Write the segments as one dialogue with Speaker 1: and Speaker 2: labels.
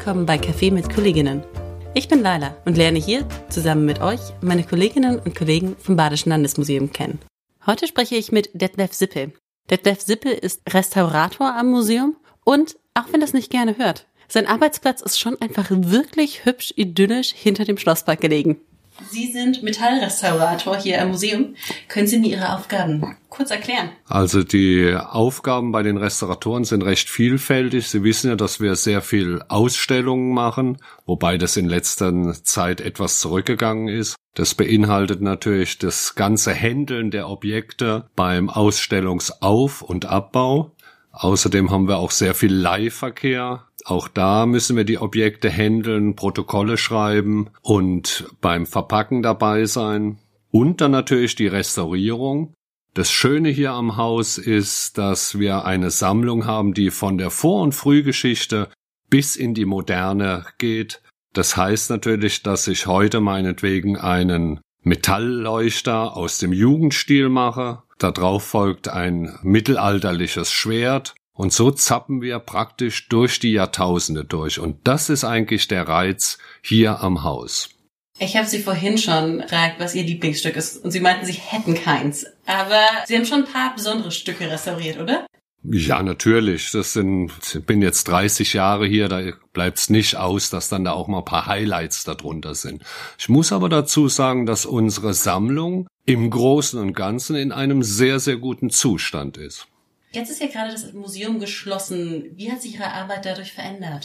Speaker 1: willkommen bei Café mit Kolleginnen. Ich bin Laila und lerne hier zusammen mit euch meine Kolleginnen und Kollegen vom Badischen Landesmuseum kennen. Heute spreche ich mit Detlef Sippel. Detlef Sippel ist Restaurator am Museum und, auch wenn das nicht gerne hört, sein Arbeitsplatz ist schon einfach wirklich hübsch idyllisch hinter dem Schlosspark gelegen. Sie sind Metallrestaurator hier am Museum. Können Sie mir Ihre Aufgaben kurz erklären?
Speaker 2: Also die Aufgaben bei den Restauratoren sind recht vielfältig. Sie wissen ja, dass wir sehr viel Ausstellungen machen, wobei das in letzter Zeit etwas zurückgegangen ist. Das beinhaltet natürlich das ganze Händeln der Objekte beim Ausstellungsauf- und Abbau. Außerdem haben wir auch sehr viel Leihverkehr. Auch da müssen wir die Objekte händeln, Protokolle schreiben und beim Verpacken dabei sein. Und dann natürlich die Restaurierung. Das Schöne hier am Haus ist, dass wir eine Sammlung haben, die von der Vor- und Frühgeschichte bis in die Moderne geht. Das heißt natürlich, dass ich heute meinetwegen einen Metallleuchter aus dem Jugendstil mache. Darauf folgt ein mittelalterliches Schwert. Und so zappen wir praktisch durch die Jahrtausende durch. Und das ist eigentlich der Reiz hier am Haus.
Speaker 1: Ich habe Sie vorhin schon gefragt, was Ihr Lieblingsstück ist. Und Sie meinten, Sie hätten keins. Aber Sie haben schon ein paar besondere Stücke restauriert, oder?
Speaker 2: Ja, natürlich. Ich bin jetzt 30 Jahre hier, da bleibt's nicht aus, dass dann da auch mal ein paar Highlights darunter sind. Ich muss aber dazu sagen, dass unsere Sammlung im Großen und Ganzen in einem sehr, sehr guten Zustand ist.
Speaker 1: Jetzt ist ja gerade das Museum geschlossen. Wie hat sich Ihre Arbeit dadurch verändert?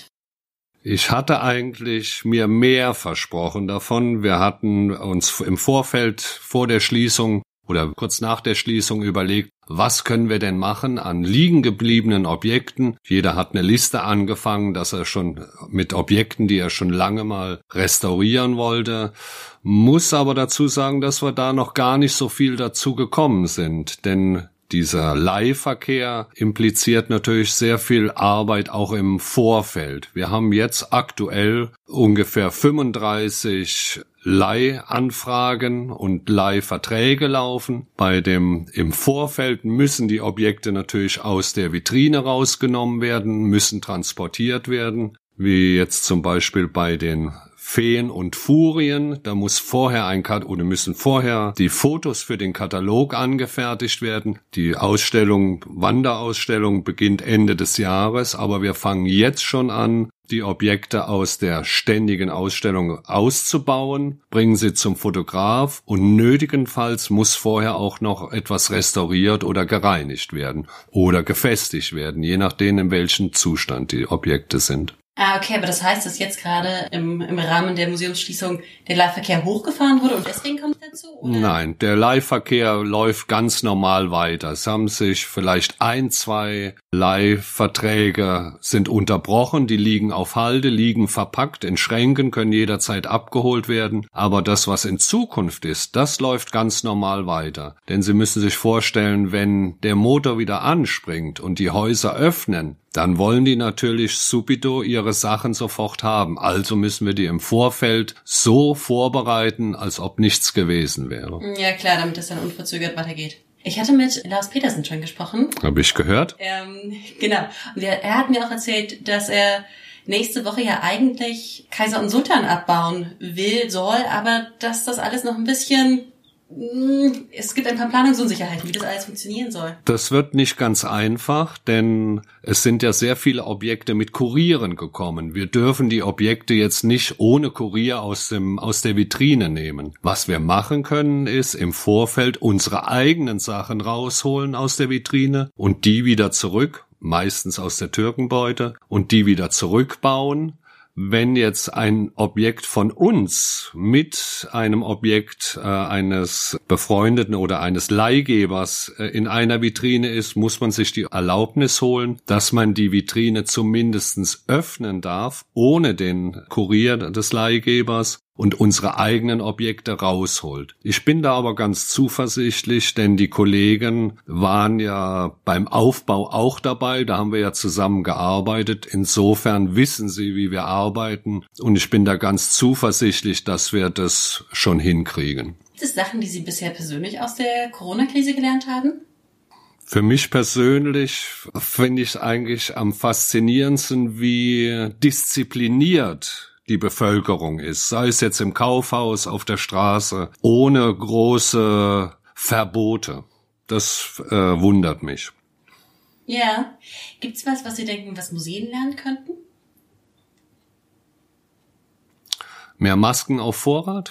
Speaker 2: Ich hatte eigentlich mir mehr versprochen davon. Wir hatten uns im Vorfeld vor der Schließung oder kurz nach der Schließung überlegt, was können wir denn machen an liegen gebliebenen Objekten? Jeder hat eine Liste angefangen, dass er schon mit Objekten, die er schon lange mal restaurieren wollte. Muss aber dazu sagen, dass wir da noch gar nicht so viel dazu gekommen sind, denn dieser Leihverkehr impliziert natürlich sehr viel Arbeit auch im Vorfeld. Wir haben jetzt aktuell ungefähr 35 Leihanfragen und Leihverträge laufen. Im Vorfeld müssen die Objekte natürlich aus der Vitrine rausgenommen werden, müssen transportiert werden, wie jetzt zum Beispiel bei den Feen und Furien, da müssen vorher die Fotos für den Katalog angefertigt werden. Die Wanderausstellung beginnt Ende des Jahres, aber wir fangen jetzt schon an, die Objekte aus der ständigen Ausstellung auszubauen, bringen sie zum Fotograf und nötigenfalls muss vorher auch noch etwas restauriert oder gereinigt werden oder gefestigt werden, je nachdem, in welchem Zustand die Objekte sind.
Speaker 1: Okay, aber das heißt, dass jetzt gerade im Rahmen der Museumsschließung der Leihverkehr hochgefahren wurde und deswegen kommt es dazu? Oder?
Speaker 2: Nein, der Leihverkehr läuft ganz normal weiter. Es haben sich vielleicht 1-2 Leihverträge sind unterbrochen, die liegen auf Halde, liegen verpackt in Schränken, können jederzeit abgeholt werden. Aber das, was in Zukunft ist, das läuft ganz normal weiter. Denn Sie müssen sich vorstellen, wenn der Motor wieder anspringt und die Häuser öffnen, dann wollen die natürlich subito ihre Sachen sofort haben. Also müssen wir die im Vorfeld so vorbereiten, als ob nichts gewesen wäre.
Speaker 1: Ja klar, damit es dann unverzögert weitergeht. Ich hatte mit Lars Petersen schon gesprochen.
Speaker 2: Habe ich gehört?
Speaker 1: Genau. Und er hat mir auch erzählt, dass er nächste Woche ja eigentlich Kaiser und Sultan abbauen soll, aber dass das alles noch ein bisschen... Es gibt ein paar Planungsunsicherheiten, wie das alles funktionieren soll.
Speaker 2: Das wird nicht ganz einfach, denn es sind ja sehr viele Objekte mit Kurieren gekommen. Wir dürfen die Objekte jetzt nicht ohne Kurier aus der Vitrine nehmen. Was wir machen können, ist im Vorfeld unsere eigenen Sachen rausholen aus der Vitrine und die wieder zurück, meistens aus der Türkenbeute, und die wieder zurückbauen. Wenn jetzt ein Objekt von uns mit einem Objekt eines Befreundeten oder eines Leihgebers in einer Vitrine ist, muss man sich die Erlaubnis holen, dass man die Vitrine zumindest öffnen darf, ohne den Kurier des Leihgebers, und unsere eigenen Objekte rausholt. Ich bin da aber ganz zuversichtlich, denn die Kollegen waren ja beim Aufbau auch dabei, da haben wir ja zusammen gearbeitet. Insofern wissen sie, wie wir arbeiten, und ich bin da ganz zuversichtlich, dass wir das schon hinkriegen.
Speaker 1: Gibt es Sachen, die Sie bisher persönlich aus der Corona-Krise gelernt haben?
Speaker 2: Für mich persönlich finde ich eigentlich am faszinierendsten, wie diszipliniert die Bevölkerung ist, sei es jetzt im Kaufhaus, auf der Straße, ohne große Verbote. Das wundert mich.
Speaker 1: Ja. Gibt's was Sie denken, was Museen lernen könnten?
Speaker 2: Mehr Masken auf Vorrat?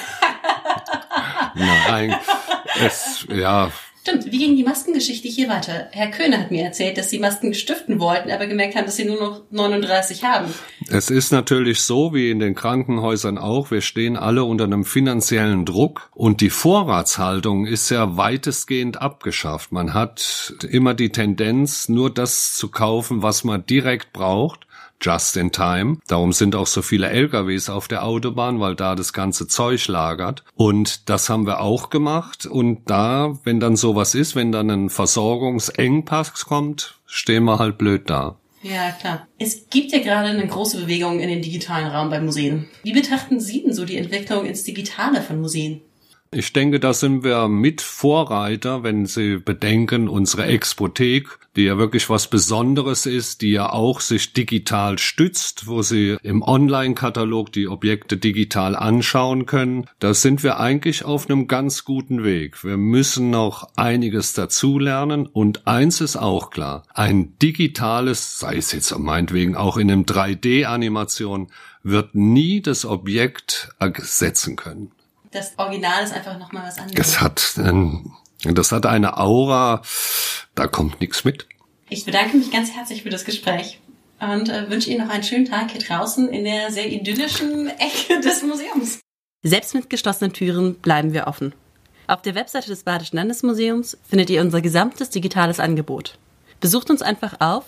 Speaker 2: Nein,
Speaker 1: Stimmt, wie ging die Maskengeschichte hier weiter? Herr Köhne hat mir erzählt, dass Sie Masken stiften wollten, aber gemerkt haben, dass Sie nur noch 39 haben.
Speaker 2: Es ist natürlich so, wie in den Krankenhäusern auch, wir stehen alle unter einem finanziellen Druck und die Vorratshaltung ist ja weitestgehend abgeschafft. Man hat immer die Tendenz, nur das zu kaufen, was man direkt braucht. Just in time. Darum sind auch so viele LKWs auf der Autobahn, weil da das ganze Zeug lagert. Und das haben wir auch gemacht. Und da, wenn dann sowas ist, wenn dann ein Versorgungsengpass kommt, stehen wir halt blöd da.
Speaker 1: Ja, klar. Es gibt ja gerade eine große Bewegung in den digitalen Raum bei Museen. Wie betrachten Sie denn so die Entwicklung ins Digitale von Museen?
Speaker 2: Ich denke, da sind wir mit Vorreiter, wenn Sie bedenken, unsere Expothek, die ja wirklich was Besonderes ist, die ja auch sich digital stützt, wo Sie im Online-Katalog die Objekte digital anschauen können. Da sind wir eigentlich auf einem ganz guten Weg. Wir müssen noch einiges dazulernen und eins ist auch klar, ein digitales, sei es jetzt meinetwegen auch in einem 3D-Animation, wird nie das Objekt ersetzen können.
Speaker 1: Das Original ist einfach nochmal was anderes.
Speaker 2: Das hat eine Aura, da kommt nichts mit.
Speaker 1: Ich bedanke mich ganz herzlich für das Gespräch und wünsche Ihnen noch einen schönen Tag hier draußen in der sehr idyllischen Ecke des Museums. Selbst mit geschlossenen Türen bleiben wir offen. Auf der Webseite des Badischen Landesmuseums findet ihr unser gesamtes digitales Angebot. Besucht uns einfach auf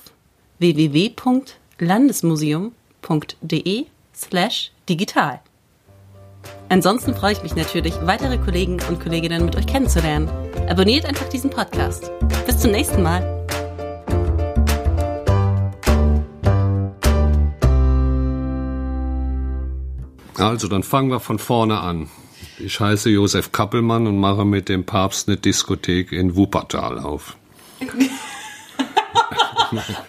Speaker 1: www.landesmuseum.de/digital. Ansonsten freue ich mich natürlich, weitere Kollegen und Kolleginnen mit euch kennenzulernen. Abonniert einfach diesen Podcast. Bis zum nächsten Mal.
Speaker 2: Also, dann fangen wir von vorne an. Ich heiße Josef Kappelmann und mache mit dem Papst eine Diskothek in Wuppertal auf.